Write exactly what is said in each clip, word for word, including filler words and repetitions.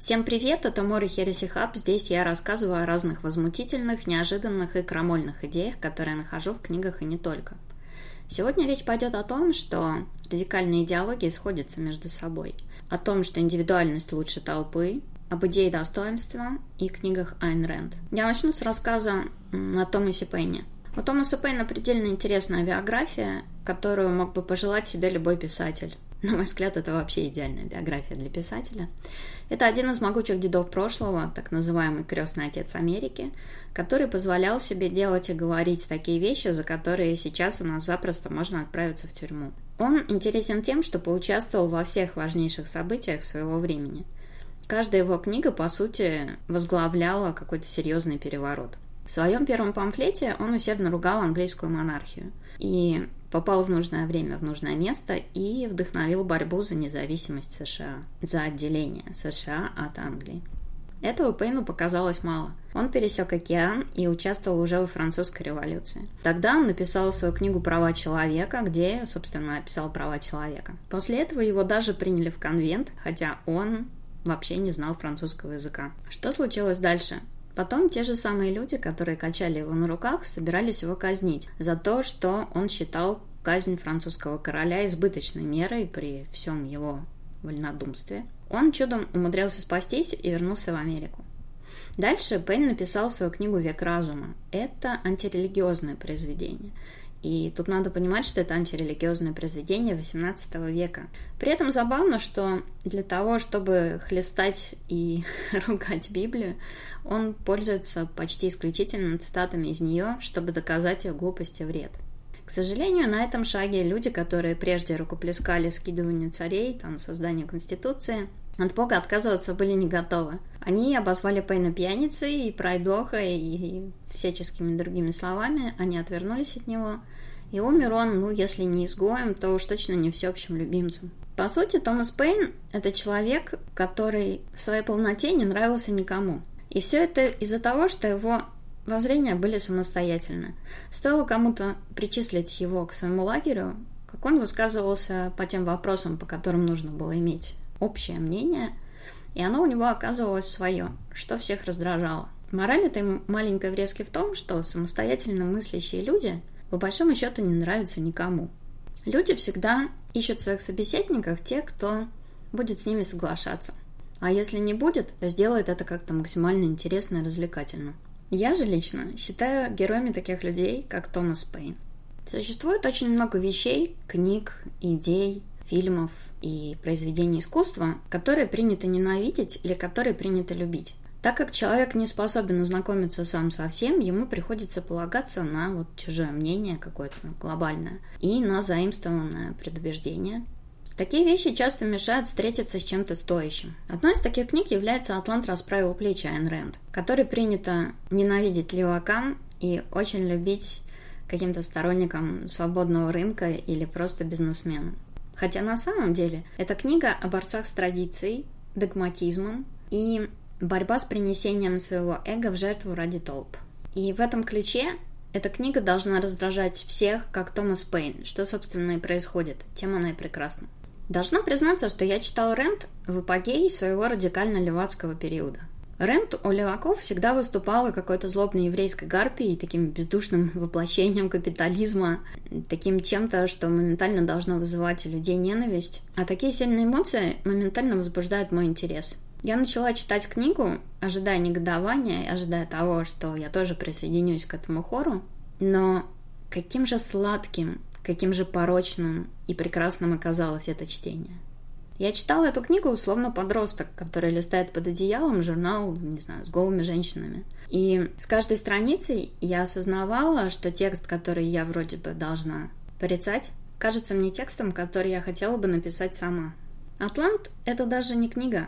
Всем привет, это Мори Хереси Хаб. Здесь я рассказываю о разных возмутительных, неожиданных и крамольных идеях, которые нахожу в книгах и не только. Сегодня речь пойдет о том, что радикальные идеологии сходятся между собой, о том, что индивидуальность лучше толпы, об идее достоинства и книгах Айн Рэнд. Я начну с рассказа о Томасе Пейне. У Томаса Пейна предельно интересная биография, которую мог бы пожелать себе любой писатель. На мой взгляд, это вообще идеальная биография для писателя. Это один из могучих дедов прошлого, так называемый крестный отец Америки, который позволял себе делать и говорить такие вещи, за которые сейчас у нас запросто можно отправиться в тюрьму. Он интересен тем, что поучаствовал во всех важнейших событиях своего времени. Каждая его книга, по сути, возглавляла какой-то серьезный переворот. В своем первом памфлете он усердно ругал английскую монархию и попал в нужное время в нужное место и вдохновил борьбу за независимость США, за отделение США от Англии. Этого Пейну показалось мало. Он пересек океан и участвовал уже во французской революции. Тогда он написал свою книгу «Права человека», где, собственно, описал права человека. После этого его даже приняли в конвент, хотя он вообще не знал французского языка. Что случилось дальше? Потом те же самые люди, которые качали его на руках, собирались его казнить за то, что он считал казнь французского короля избыточной мерой при всем его вольнодумстве. Он чудом умудрился спастись и вернулся в Америку. Дальше Пейн написал свою книгу «Век разума». Это антирелигиозное произведение. И тут надо понимать, что это антирелигиозное произведение восемнадцатого века. При этом забавно, что для того, чтобы хлестать и ругать Библию, он пользуется почти исключительно цитатами из нее, чтобы доказать ее глупость и вред. К сожалению, на этом шаге люди, которые прежде рукоплескали скидыванию царей, там, созданию Конституции, от Бога отказываться были не готовы. Они обозвали Пейна пьяницей и пройдохой и всяческими другими словами. Они отвернулись от него. И умер он, ну, если не изгоем, то уж точно не всеобщим любимцем. По сути, Томас Пейн – это человек, который в своей полноте не нравился никому. И все это из-за того, что его воззрения были самостоятельны. Стоило кому-то причислить его к своему лагерю, как он высказывался по тем вопросам, по которым нужно было иметь общее мнение, и оно у него оказывалось свое, что всех раздражало. Мораль этой маленькой врезки в том, что самостоятельно мыслящие люди по большому счету не нравятся никому. Люди всегда ищут в своих собеседниках те, кто будет с ними соглашаться. А если не будет, то сделает это как-то максимально интересно и развлекательно. Я же лично считаю героями таких людей, как Томас Пейн. Существует очень много вещей, книг, идей, фильмов и произведений искусства, которые принято ненавидеть или которые принято любить. Так как человек не способен ознакомиться сам со всем, ему приходится полагаться на вот чужое мнение какое-то глобальное и на заимствованное предубеждение. Такие вещи часто мешают встретиться с чем-то стоящим. Одной из таких книг является «Атлант расправил плечи» Айн Рэнд, которой принято ненавидеть левакам и очень любить каким-то сторонникам свободного рынка или просто бизнесменам. Хотя на самом деле это книга о борцах с традицией, догматизмом и борьба с принесением своего эго в жертву ради толп. И в этом ключе эта книга должна раздражать всех, как Томас Пейн, что, собственно, и происходит. Тем она и прекрасна. Должна признаться, что я читал Рэнд в апогее своего радикально-левацкого периода. Рэнд у леваков всегда выступала какой-то злобной еврейской гарпией, таким бездушным воплощением капитализма, таким чем-то, что моментально должно вызывать у людей ненависть. А такие сильные эмоции моментально возбуждают мой интерес. Я начала читать книгу, ожидая негодования, ожидая того, что я тоже присоединюсь к этому хору, но каким же сладким, каким же порочным и прекрасным оказалось это чтение. Я читала эту книгу условно подросток, который листает под одеялом журнал, не знаю, с голыми женщинами. И с каждой страницей я осознавала, что текст, который я вроде бы должна порицать, кажется мне текстом, который я хотела бы написать сама. «Атлант» — это даже не книга,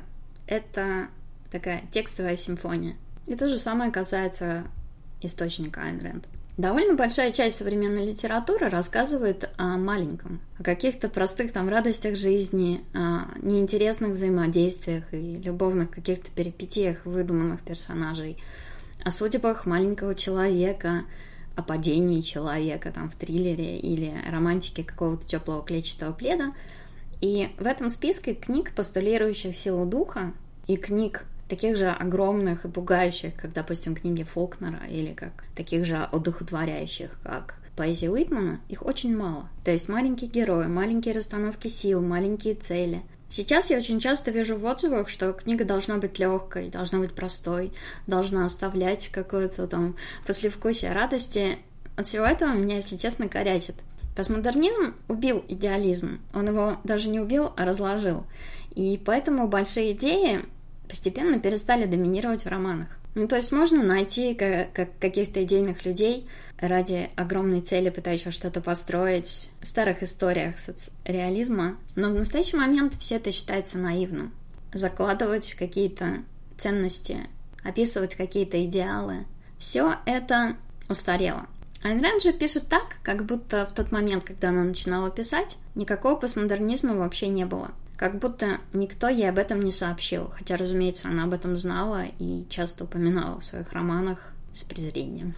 это такая текстовая симфония. И то же самое касается источника Айн Рэнд. Довольно большая часть современной литературы рассказывает о маленьком, о каких-то простых там радостях жизни, о неинтересных взаимодействиях и любовных каких-то перипетиях выдуманных персонажей, о судьбах маленького человека, о падении человека там в триллере или романтике какого-то теплого клетчатого пледа. И в этом списке книг, постулирующих силу духа и книг таких же огромных и пугающих, как, допустим, книги Фолкнера, или как таких же одухотворяющих, как поэзия Уитмана, их очень мало. То есть маленькие герои, маленькие расстановки сил, маленькие цели. Сейчас я очень часто вижу в отзывах, что книга должна быть легкой, должна быть простой, должна оставлять какое-то там послевкусие радости. От всего этого меня, если честно, корячит. Постмодернизм убил идеализм. Он его даже не убил, а разложил. И поэтому большие идеи постепенно перестали доминировать в романах. Ну, то есть можно найти как, как каких-то идейных людей ради огромной цели, пытающихся что-то построить в старых историях соцреализма, но в настоящий момент все это считается наивным. Закладывать какие-то ценности, описывать какие-то идеалы, все это устарело. Айн Рэнд же пишет так, как будто в тот момент, когда она начинала писать, никакого постмодернизма вообще не было. Как будто никто ей об этом не сообщил, хотя, разумеется, она об этом знала и часто упоминала в своих романах с презрением.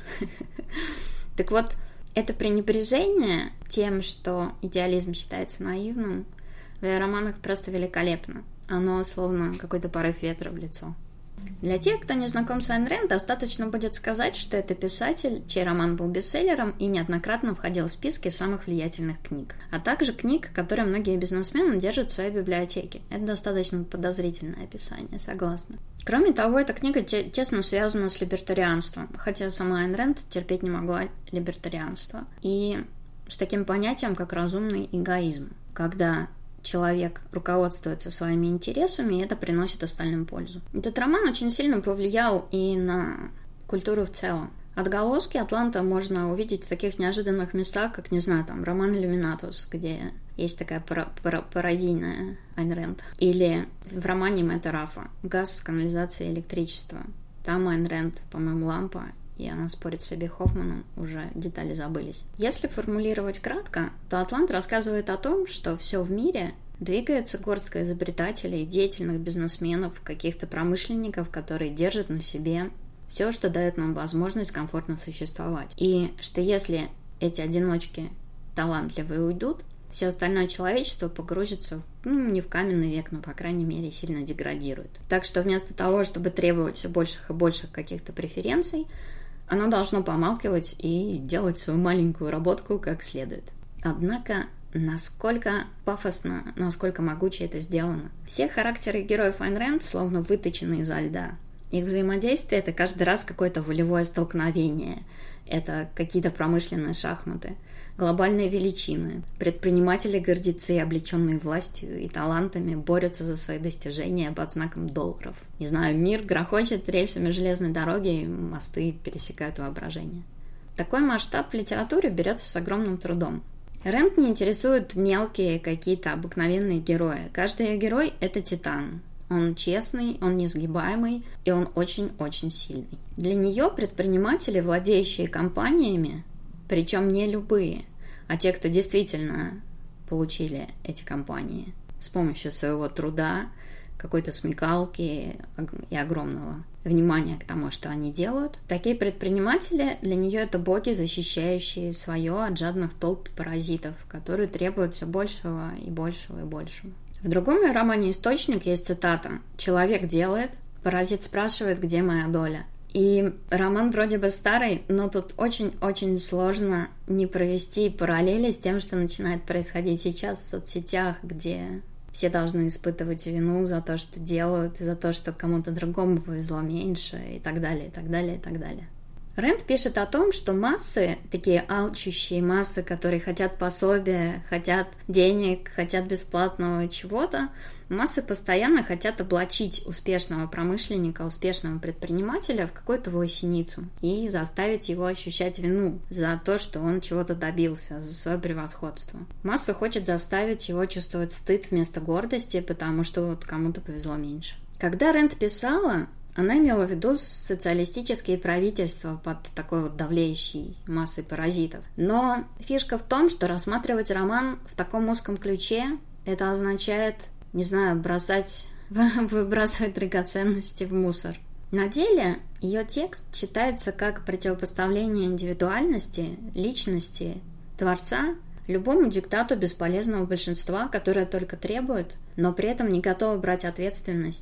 Так вот, это пренебрежение тем, что идеализм считается наивным, в ее романах просто великолепно. Оно словно какой-то порыв ветра в лицо. Для тех, кто не знаком с Айн Рэнд, достаточно будет сказать, что это писатель, чей роман был бестселлером и неоднократно входил в списки самых влиятельных книг, а также книг, которые многие бизнесмены держат в своей библиотеке. Это достаточно подозрительное описание, согласна. Кроме того, эта книга те- тесно связана с либертарианством, хотя сама Айн Рэнд терпеть не могла либертарианство, и с таким понятием, как разумный эгоизм, когда человек руководствуется своими интересами, и это приносит остальным пользу. Этот роман очень сильно повлиял и на культуру в целом. Отголоски Атланта можно увидеть в таких неожиданных местах, как, не знаю, там, роман «Иллюминатус», где есть такая пара- пара- пародийная Айн Рэнд. Или в романе Мэтта Раффа «Газ, канализация, электричество». Там Айн Рэнд, по-моему, лампа, и она спорит с Эбби Хоффманом, уже детали забылись. Если формулировать кратко, то «Атлант» рассказывает о том, что все в мире двигается горстка изобретателей, деятельных бизнесменов, каких-то промышленников, которые держат на себе все, что дает нам возможность комфортно существовать. И что если эти одиночки талантливые уйдут, все остальное человечество погрузится, ну, не в каменный век, но, по крайней мере, сильно деградирует. Так что вместо того, чтобы требовать все больших и больших каких-то преференций, оно должно помалкивать и делать свою маленькую работку как следует. Однако, насколько пафосно, насколько могуче это сделано. Все характеры героев Айн Рэнд словно выточены изо льда. Их взаимодействие — это каждый раз какое-то волевое столкновение. Это какие-то промышленные шахматы, глобальные величины. Предприниматели-гордецы, облеченные властью и талантами, борются за свои достижения под знаком долларов. Не знаю, мир грохочет рельсами железной дороги, и мосты пересекают воображение. Такой масштаб в литературе берется с огромным трудом. Рэнд не интересуют мелкие какие-то обыкновенные герои. Каждый ее герой — это титан. Он честный, он несгибаемый, и он очень-очень сильный. Для нее предприниматели, владеющие компаниями, причем не любые, а те, кто действительно получили эти компании с помощью своего труда, какой-то смекалки и огромного внимания к тому, что они делают. Такие предприниматели, для нее это боги, защищающие свое от жадных толп паразитов, которые требуют все большего и большего и большего. В другом ее романе «Источник» есть цитата: «Человек делает, паразит спрашивает, где моя доля». И роман вроде бы старый, но тут очень-очень сложно не провести параллели с тем, что начинает происходить сейчас в соцсетях, где все должны испытывать вину за то, что делают, и за то, что кому-то другому повезло меньше, и так далее, и так далее, и так далее. Рэнд пишет о том, что массы, такие алчущие массы, которые хотят пособия, хотят денег, хотят бесплатного чего-то, массы постоянно хотят облачить успешного промышленника, успешного предпринимателя в какую-то власеницу и заставить его ощущать вину за то, что он чего-то добился, за свое превосходство. Масса хочет заставить его чувствовать стыд вместо гордости, потому что вот кому-то повезло меньше. Когда Рэнд писала, она имела в виду социалистические правительства под такой вот давлеющей массой паразитов. Но фишка в том, что рассматривать роман в таком узком ключе, это означает, не знаю, бросать, выбрасывать драгоценности в мусор. На деле ее текст читается как противопоставление индивидуальности, личности, творца любому диктату бесполезного большинства, которое только требует, но при этом не готово брать ответственность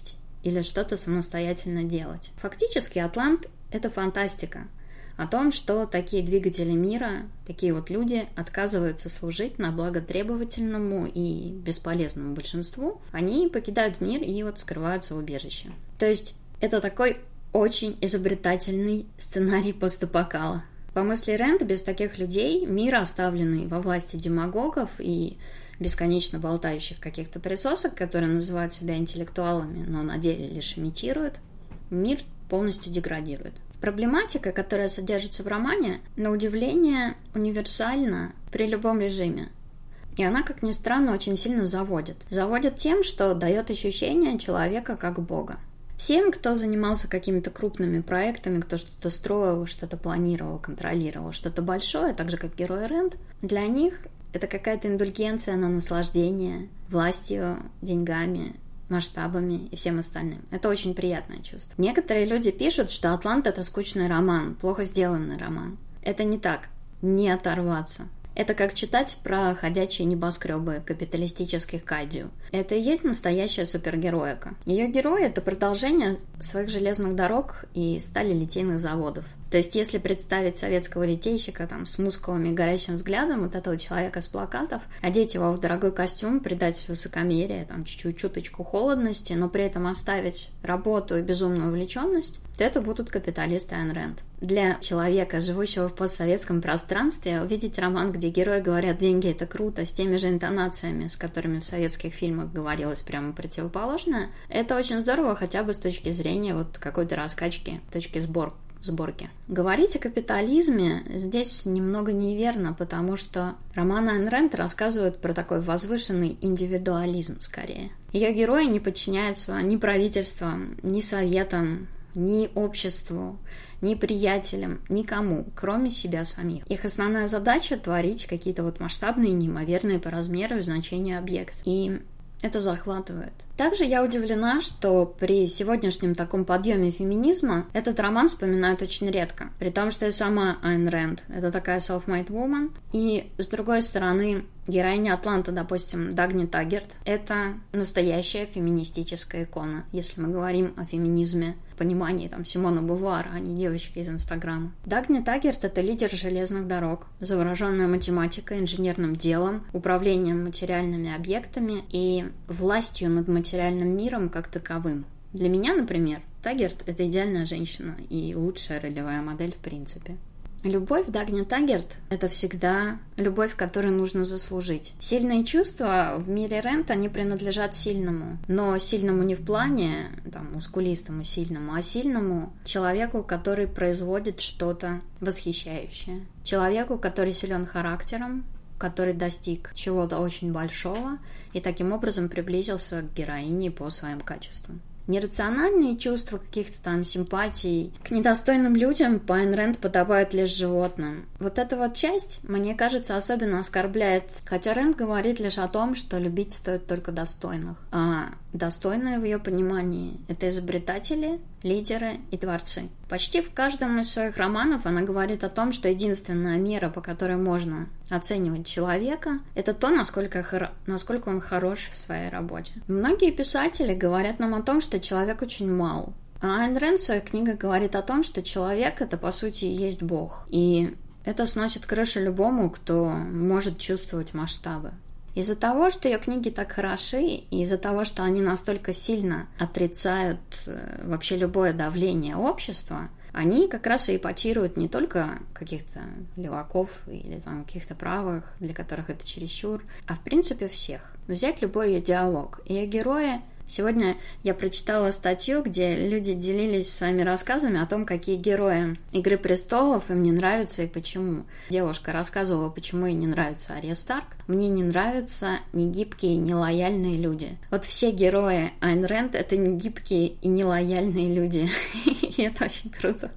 или что-то самостоятельно делать. Фактически «Атлант» — это фантастика о том, что такие двигатели мира, такие вот люди отказываются служить на благо требовательному и бесполезному большинству. Они покидают мир и вот скрываются в убежище. То есть это такой очень изобретательный сценарий постапокала. По мысли Рэнд, без таких людей мир, оставленный во власти демагогов и бесконечно болтающих каких-то присосок, которые называют себя интеллектуалами, но на деле лишь имитируют, мир полностью деградирует. Проблематика, которая содержится в романе, на удивление универсальна при любом режиме. И она, как ни странно, очень сильно заводит. Заводит тем, что дает ощущение человека как бога. Всем, кто занимался какими-то крупными проектами, кто что-то строил, что-то планировал, контролировал, что-то большое, так же, как герои Рэнд, для них это какая-то индульгенция на наслаждение властью, деньгами, масштабами и всем остальным. Это очень приятное чувство. Некоторые люди пишут, что «Атлант» — это скучный роман, плохо сделанный роман. Это не так. Не оторваться. Это как читать про ходячие небоскребы капиталистических кайдзю. Это и есть настоящая супергероика. Ее герои — это продолжение своих железных дорог и сталелитейных заводов. То есть, если представить советского литейщика там, с мускулами и горящим взглядом, вот этого человека с плакатов, одеть его в дорогой костюм, придать высокомерие, там, чуть-чуть чуточку холодности, но при этом оставить работу и безумную увлеченность, то это будут капиталисты Айн Рэнд. Для человека, живущего в постсоветском пространстве, увидеть роман, где герои говорят «деньги — это круто», с теми же интонациями, с которыми в советских фильмах говорилось прямо противоположное, это очень здорово хотя бы с точки зрения вот какой-то раскачки, точки сбор. сборки. Говорить о капитализме здесь немного неверно, потому что роман Айн Рэнд рассказывает про такой возвышенный индивидуализм скорее. Ее герои не подчиняются ни правительствам, ни советам, ни обществу, ни приятелям, никому, кроме себя самих. Их основная задача — творить какие-то вот масштабные, неимоверные по размеру и значению объекты. И это захватывает. Также я удивлена, что при сегодняшнем таком подъеме феминизма этот роман вспоминают очень редко. При том, что и сама Айн Рэнд — это такая self-made woman. И, с другой стороны, героиня «Атланта», допустим, Дагни Таггерт — это настоящая феминистическая икона, если мы говорим о феминизме в понимании там Симоны Бувуар, а не девочки из Инстаграма. Дагни Таггерт — это лидер железных дорог, завороженная математикой, инженерным делом, управлением материальными объектами и властью над материальным миром как таковым. Для меня, например, Таггерт — это идеальная женщина и лучшая ролевая модель в принципе. Любовь Дагни Таггерт — это всегда любовь, которую нужно заслужить. Сильные чувства в мире Рэнд, они принадлежат сильному. Но сильному не в плане, там, мускулистому сильному, а сильному человеку, который производит что-то восхищающее. Человеку, который силен характером, который достиг чего-то очень большого и таким образом приблизился к героине по своим качествам. Нерациональные чувства каких-то там симпатий к недостойным людям по Айн Рэнд подобают лишь животным. Вот эта вот часть, мне кажется, особенно оскорбляет, хотя Рэнд говорит лишь о том, что любить стоит только достойных. А достойные в ее понимании — это изобретатели, лидеры и творцы. Почти в каждом из своих романов она говорит о том, что единственная мера, по которой можно оценивать человека, это то, насколько, хор... насколько он хорош в своей работе. Многие писатели говорят нам о том, что человек очень мал. А Айн Рэнд в своих книгах говорит о том, что человек — это, по сути, и есть Бог. И это сносит крышу любому, кто может чувствовать масштабы. Из-за того, что ее книги так хороши, и из-за того, что они настолько сильно отрицают вообще любое давление общества, они как раз и эпатируют не только каких-то леваков или там каких-то правых, для которых это чересчур, а в принципе всех. Взять любой ее диалог. Ее герои... Сегодня я прочитала статью, где люди делились своими рассказами о том, какие герои «Игры престолов» им не нравятся и почему. Девушка рассказывала, почему ей не нравится Ария Старк. Мне не нравятся негибкие, нелояльные люди. Вот все герои Айн Рэнд — это негибкие и нелояльные люди. И это очень круто.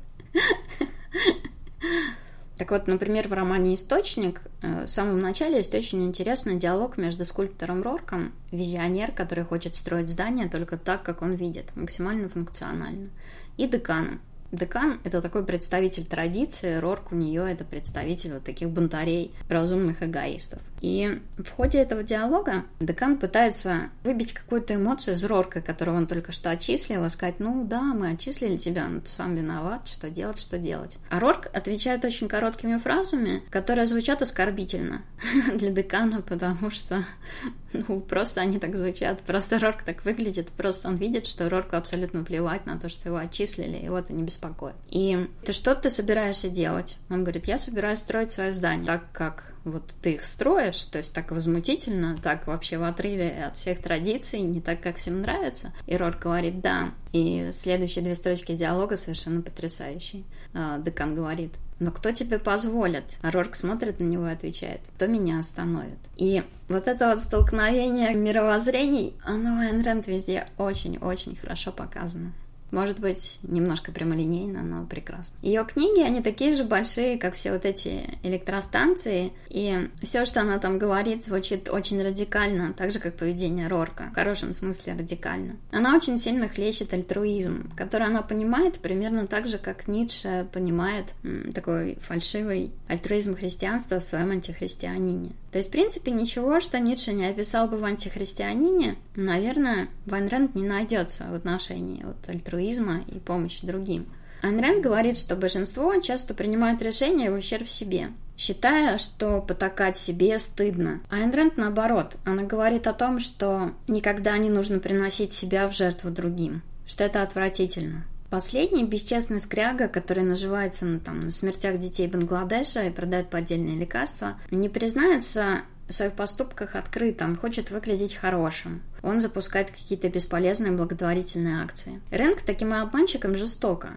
Так вот, например, в романе «Источник» в самом начале есть очень интересный диалог между скульптором Рорком, визионер, который хочет строить здание только так, как он видит, максимально функционально, и деканом. Декан — это такой представитель традиции, Рорк у нее это представитель вот таких бунтарей, разумных эгоистов. И в ходе этого диалога Декан пытается выбить какую-то эмоцию из Рорка, которого он только что отчислил, и сказать: ну да, мы отчислили тебя, но ты сам виноват, что делать, что делать. А Рорк отвечает очень короткими фразами, которые звучат оскорбительно для Декана, потому что ну, просто они так звучат, просто Рорк так выглядит, просто он видит, что Рорку абсолютно плевать на то, что его отчислили, и вот они беспокоит. И ты что ты собираешься делать? Он говорит: я собираюсь строить свое здание так, как вот ты их строишь, то есть так возмутительно, так вообще в отрыве от всех традиций, не так, как всем нравится. И Рорк говорит: да. И следующие две строчки диалога совершенно потрясающие. Декан говорит: но кто тебе позволит? А Рорк смотрит на него и отвечает: кто меня остановит? И вот это вот столкновение мировоззрений, оно в Айн Рэнд везде очень-очень хорошо показано. Может быть, немножко прямолинейно, но прекрасно. Ее книги, они такие же большие, как все вот эти электростанции, и все, что она там говорит, звучит очень радикально, так же, как поведение Рорка, в хорошем смысле радикально. Она очень сильно хлещет альтруизм, который она понимает примерно так же, как Ницше понимает м, такой фальшивый альтруизм христианства в своем антихристианине. То есть, в принципе, ничего, что Ницше не описал бы в антихристианине, наверное, в Айн Рэнд не найдется в отношении вот альтруизма и помощи другим. Айн Рэнд говорит, что большинство часто принимает решения в ущерб себе, считая, что потакать себе стыдно. А Айн Рэнд наоборот, она говорит о том, что никогда не нужно приносить себя в жертву другим, что это отвратительно. Последний бесчестный скряга, который наживается на, там, на смертях детей Бангладеша и продает поддельные лекарства, не признается в своих поступках открыто, он хочет выглядеть хорошим. Он запускает какие-то бесполезные благотворительные акции. Рэнд к таким обманщикам жестоко.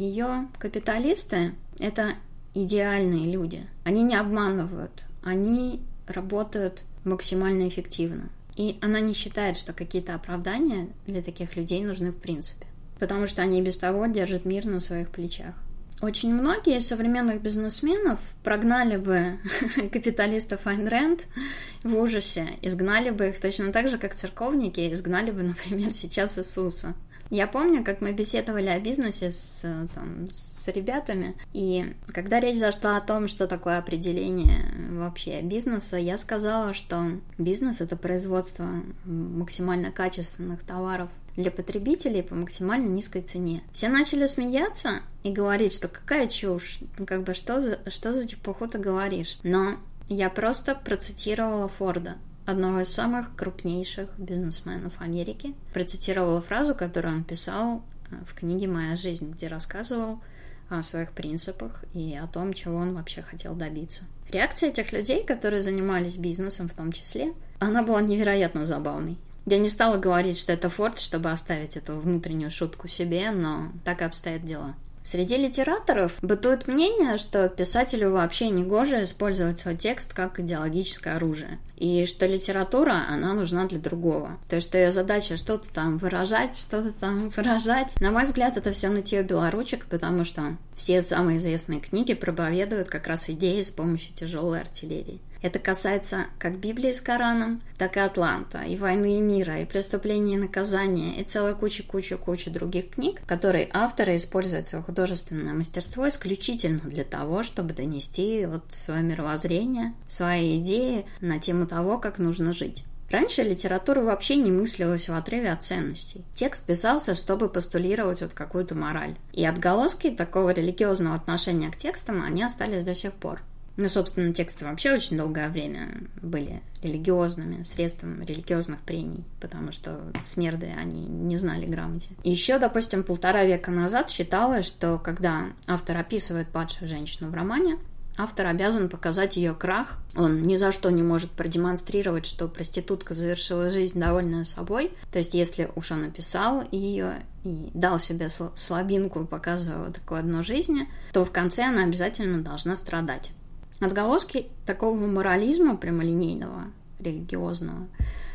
Ее капиталисты — это идеальные люди. Они не обманывают, они работают максимально эффективно. И она не считает, что какие-то оправдания для таких людей нужны в принципе. Потому что они и без того держат мир на своих плечах. Очень многие из современных бизнесменов прогнали бы капиталистов Айн Рэнд в ужасе, изгнали бы их точно так же, как церковники изгнали бы, например, сейчас Иисуса. Я помню, как мы беседовали о бизнесе с, там, с ребятами, и когда речь зашла о том, что такое определение вообще бизнеса, я сказала, что бизнес — это производство максимально качественных товаров для потребителей по максимально низкой цене. Все начали смеяться и говорить, что какая чушь, как бы что за, что за чепуху ты говоришь. Но я просто процитировала Форда, одного из самых крупнейших бизнесменов Америки. Процитировала фразу, которую он писал в книге «Моя жизнь», где рассказывал о своих принципах и о том, чего он вообще хотел добиться. Реакция этих людей, которые занимались бизнесом в том числе, она была невероятно забавной. Я не стала говорить, что это Форд, чтобы оставить эту внутреннюю шутку себе, но так и обстоят дела. Среди литераторов бытует мнение, что писателю вообще не гоже использовать свой текст как идеологическое оружие, и что литература, она нужна для другого. То есть, что ее задача что-то там выражать, что-то там выражать. На мой взгляд, это все нытье белоручек, потому что все самые известные книги проповедуют как раз идеи с помощью тяжелой артиллерии. Это касается как Библии с Кораном, так и Атланта, и «Войны и мира», и «Преступления и наказания», и целая куча-куча-куча других книг, которые авторы используют свое художественное мастерство исключительно для того, чтобы донести вот свое мировоззрение, свои идеи на тему того, как нужно жить. Раньше литература вообще не мыслилась в отрыве от ценностей. Текст писался, чтобы постулировать вот какую-то мораль. И отголоски такого религиозного отношения к текстам, они остались до сих пор. Ну, собственно, тексты вообще очень долгое время были религиозными, средством религиозных прений, потому что смерды, они не знали грамоте. И еще, допустим, полтора века назад считалось, что когда автор описывает падшую женщину в романе, автор обязан показать ее крах. Он ни за что не может продемонстрировать, что проститутка завершила жизнь довольная собой. То есть, если уж он описал ее и дал себе слабинку, показывая такое дно жизни, то в конце она обязательно должна страдать. Отголоски такого морализма прямолинейного, религиозного,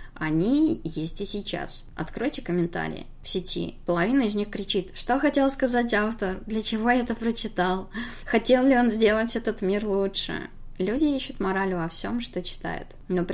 они есть и сейчас. Откройте комментарии в сети. Половина из них кричит: что хотел сказать автор? Для чего я это прочитал? Хотел ли он сделать этот мир лучше? Люди ищут мораль во всем, что читают. Но при этом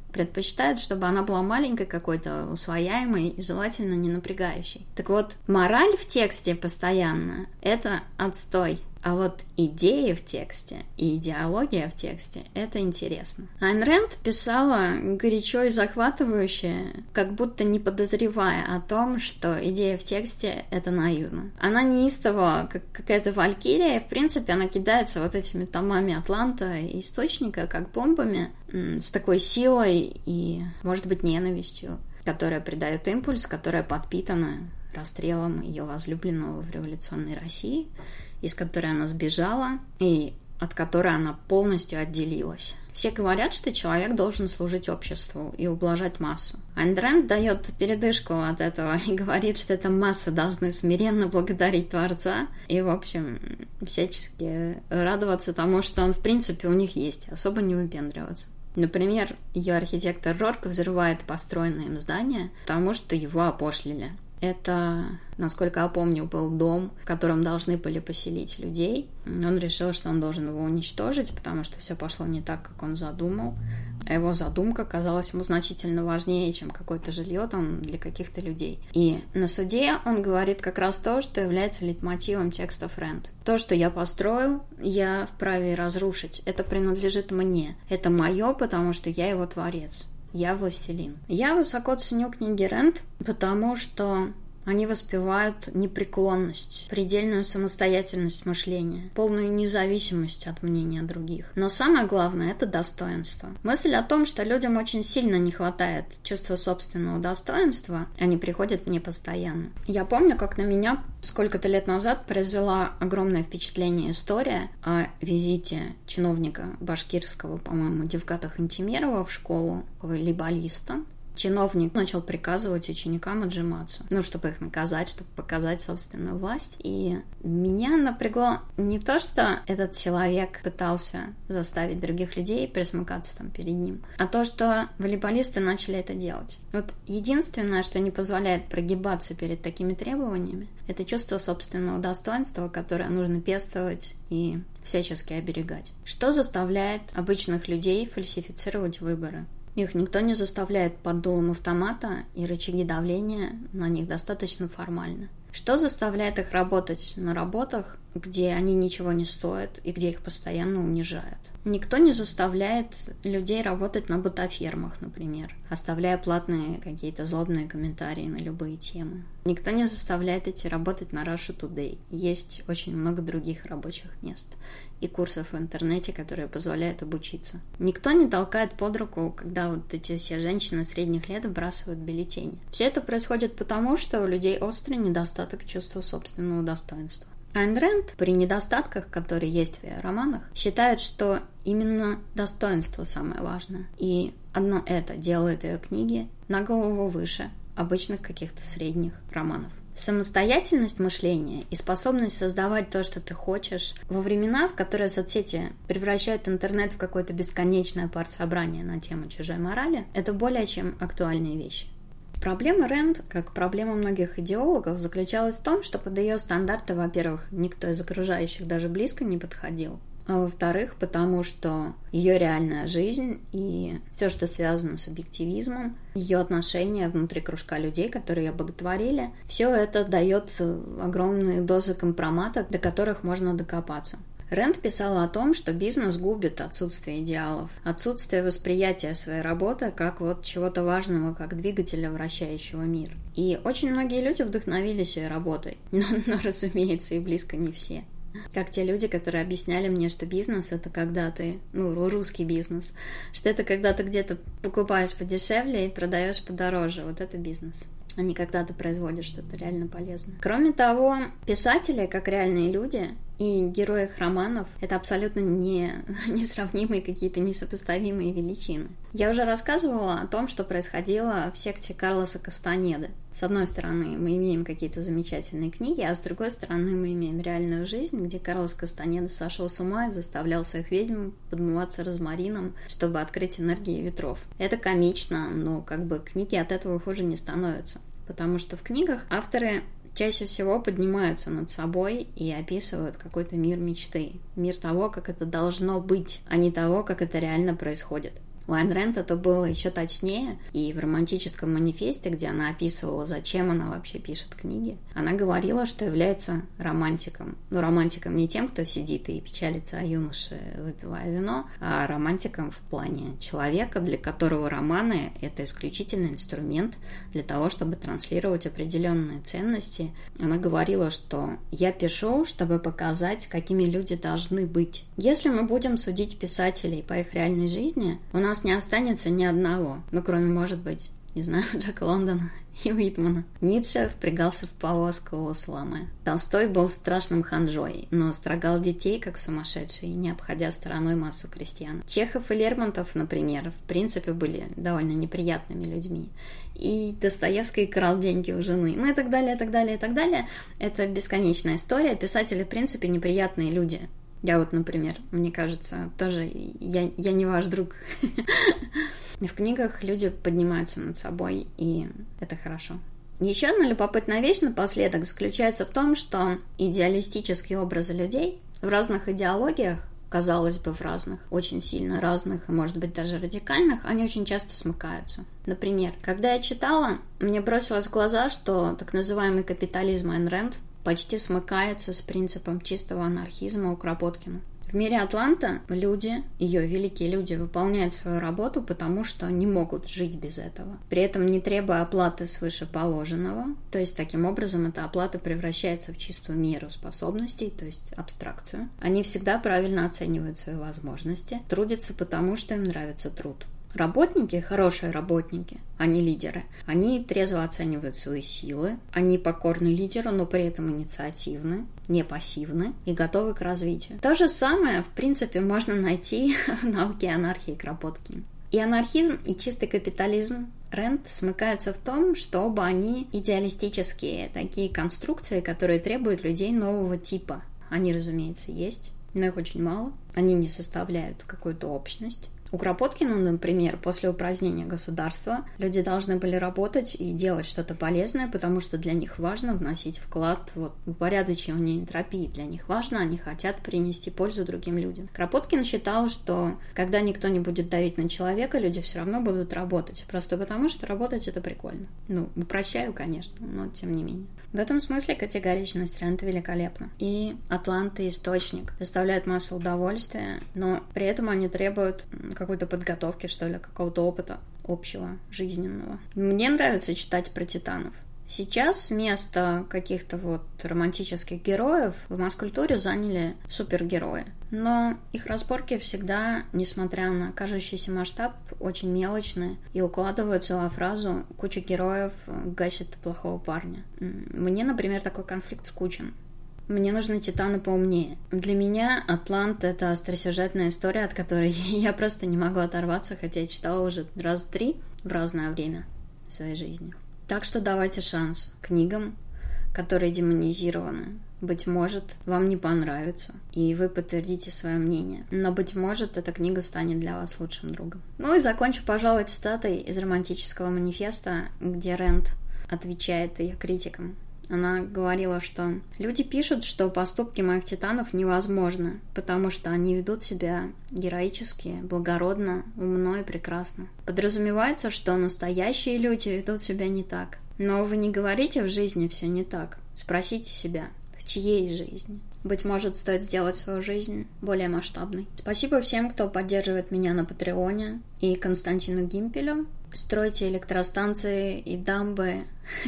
предпочитают, чтобы она была маленькой какой-то, усвояемой и желательно не напрягающей. Так вот, мораль в тексте постоянно – это отстой. А вот идеи в тексте и идеология в тексте – это интересно. Айн Рэнд писала горячо и захватывающе, как будто не подозревая о том, что идея в тексте – это наивно. Она неистово, как какая-то валькирия, и, в принципе, она кидается вот этими томами Атланта и Источника, как бомбами, с такой силой и, может быть, ненавистью, которая придает импульс, которая подпитана расстрелом ее возлюбленного в революционной России, из которой она сбежала и от которой она полностью отделилась. Все говорят, что человек должен служить обществу и ублажать массу. Айн Рэнд дает передышку от этого и говорит, что эта масса должны смиренно благодарить Творца и, в общем, всячески радоваться тому, что он, в принципе, у них есть, особо не выпендриваться. Например, ее архитектор Рорк взрывает построенное им здание, потому что его опошлили. Это, насколько я помню, был дом, в котором должны были поселить людей. Он решил, что он должен его уничтожить, потому что все пошло не так, как он задумал. А его задумка казалась ему значительно важнее, чем какое-то жилье там для каких-то людей. И на суде он говорит как раз то, что является лейтмотивом текстов Рэнд. То, что я построил, я вправе разрушить. Это принадлежит мне. Это мое, потому что я его творец. Я властелин. Я высоко ценю книги Рэнд, потому что они воспевают непреклонность, предельную самостоятельность мышления, полную независимость от мнения других. Но самое главное – это достоинство. Мысль о том, что людям очень сильно не хватает чувства собственного достоинства, они приходят мне постоянно. Я помню, как на меня сколько-то лет назад произвела огромное впечатление история о визите чиновника башкирского, по-моему, Девката Хантимерова в школу волейболиста. Чиновник начал приказывать ученикам отжиматься, ну, чтобы их наказать, чтобы показать собственную власть. И меня напрягло не то, что этот человек пытался заставить других людей присмыкаться там перед ним, а то, что волейболисты начали это делать. Вот единственное, что не позволяет прогибаться перед такими требованиями, это чувство собственного достоинства, которое нужно пестовать и всячески оберегать. Что заставляет обычных людей фальсифицировать выборы? Их никто не заставляет под дулом автомата, и рычаги давления на них достаточно формальны. Что заставляет их работать на работах, где они ничего не стоят и где их постоянно унижают? Никто не заставляет людей работать на ботафермах, например, оставляя платные какие-то злобные комментарии на любые темы. Никто не заставляет идти работать на Russia Today. Есть очень много других рабочих мест и курсов в интернете, которые позволяют обучиться. Никто не толкает под руку, когда вот эти все женщины средних лет выбрасывают бюллетени. Все это происходит потому, что у людей острый недостаток чувства собственного достоинства. Айн Рэнд при недостатках, которые есть в ее романах, считает, что именно достоинство самое важное. И одно это делает ее книги на голову выше обычных каких-то средних романов. Самостоятельность мышления и способность создавать то, что ты хочешь, во времена, в которые соцсети превращают интернет в какое-то бесконечное партсобрание на тему чужой морали, это более чем актуальные вещи. Проблема Рэнд, как проблема многих идеологов, заключалась в том, что под ее стандарты, во-первых, никто из окружающих даже близко не подходил, а во-вторых, потому что ее реальная жизнь и все, что связано с объективизмом, ее отношения внутри кружка людей, которые ее боготворили, все это дает огромные дозы компромата, до которых можно докопаться. Рэнд писала о том, что бизнес губит отсутствие идеалов, отсутствие восприятия своей работы как вот чего-то важного, как двигателя, вращающего мир. И очень многие люди вдохновились ее работой, но, но, разумеется, и близко не все. Как те люди, которые объясняли мне, что бизнес — это когда ты, ну, русский бизнес, что это когда ты где-то покупаешь подешевле и продаешь подороже. Вот это бизнес. А не когда ты производишь что-то реально полезное. Кроме того, писатели, как реальные люди, и герои их романов — это абсолютно не, несравнимые какие-то несопоставимые величины. Я уже рассказывала о том, что происходило в секте Карлоса Кастанеды. С одной стороны, мы имеем какие-то замечательные книги, а с другой стороны, мы имеем реальную жизнь, где Карлос Кастанеда сошел с ума и заставлял своих ведьм подмываться розмарином, чтобы открыть энергии ветров. Это комично, но как бы книги от этого хуже не становятся. Потому что в книгах авторы чаще всего поднимаются над собой и описывают какой-то мир мечты. Мир того, как это должно быть, а не того, как это реально происходит. У Айн Рэнд это было еще точнее, и в романтическом манифесте, где она описывала, зачем она вообще пишет книги, она говорила, что является романтиком. Ну, романтиком не тем, кто сидит и печалится о юноше, выпивая вино, а романтиком в плане человека, для которого романы — это исключительный инструмент для того, чтобы транслировать определенные ценности. Она говорила, что «я пишу, чтобы показать, какими люди должны быть». Если мы будем судить писателей по их реальной жизни, у нас не останется ни одного, ну, кроме, может быть, не знаю, Джека Лондона и Уитмана. Ницше впрягался в повозку у Сламы. Толстой был страшным ханжой, но строгал детей как сумасшедший, не обходя стороной массу крестьян. Чехов и Лермонтов, например, в принципе были довольно неприятными людьми. И Достоевский крал деньги у жены, ну и так далее, и так далее, и так далее. Это бесконечная история. Писатели, в принципе, неприятные люди. Я вот, например, мне кажется, тоже я, я не ваш друг. В книгах люди поднимаются над собой, и это хорошо. Еще одна любопытная вещь напоследок заключается в том, что идеалистические образы людей в разных идеологиях, казалось бы, в разных, очень сильно разных, и, может быть, даже радикальных, они очень часто смыкаются. Например, когда я читала, мне бросилось в глаза, что так называемый капитализм Айн Рэнд почти смыкается с принципом чистого анархизма у Кропоткина. В мире Атланта люди, ее великие люди, выполняют свою работу, потому что не могут жить без этого. При этом не требуя оплаты свыше положенного, то есть таким образом эта оплата превращается в чистую меру способностей, то есть абстракцию. Они всегда правильно оценивают свои возможности, трудятся потому, что им нравится труд. Работники, хорошие работники, они лидеры, они трезво оценивают свои силы, они покорны лидеру, но при этом инициативны, не пассивны и готовы к развитию. То же самое, в принципе, можно найти в науке анархии Кропоткина. И анархизм, и чистый капитализм Рэнд смыкаются в том, что оба они идеалистические, такие конструкции, которые требуют людей нового типа. Они, разумеется, есть, но их очень мало, они не составляют какую-то общность. У Кропоткина, например, после упразднения государства люди должны были работать и делать что-то полезное, потому что для них важно вносить вклад вот, в упорядочивание энтропии. Для них важно, они хотят принести пользу другим людям. Кропоткин считал, что когда никто не будет давить на человека, люди все равно будут работать. Просто потому, что работать это прикольно. Ну, упрощаю, конечно, но тем не менее. В этом смысле категоричность Рэнд великолепна. И Атланта и Источник доставляют массу удовольствия, но при этом они требуют какой-то подготовки, что ли, какого-то опыта общего, жизненного. Мне нравится читать про титанов. Сейчас место каких-то вот романтических героев в масс-культуре заняли супергерои. Но их разборки всегда, несмотря на кажущийся масштаб, очень мелочные и укладываются во фразу «куча героев гасит плохого парня». Мне, например, такой конфликт скучен. Мне нужны титаны поумнее. Для меня Атлант — это остросюжетная история, от которой я просто не могу оторваться, хотя я читала уже раза три в разное время в своей жизни. Так что давайте шанс книгам, которые демонизированы. Быть может, вам не понравится, и вы подтвердите свое мнение. Но, быть может, эта книга станет для вас лучшим другом. Ну и закончу, пожалуй, цитатой из романтического манифеста, где Рэнд отвечает ее критикам. Она говорила, что люди пишут, что поступки моих титанов невозможны, потому что они ведут себя героически, благородно, умно и прекрасно. Подразумевается, что настоящие люди ведут себя не так. Но вы не говорите, в жизни все не так. Спросите себя, в чьей жизни? Быть может, стоит сделать свою жизнь более масштабной. Спасибо всем, кто поддерживает меня на Патреоне, и Константину Гимпелю. Стройте электростанции и дамбы,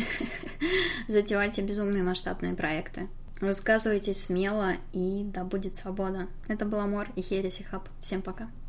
затевайте безумные масштабные проекты. Высказывайтесь смело, и да будет свобода. Это был Амор и Хереси Хаб. Всем пока.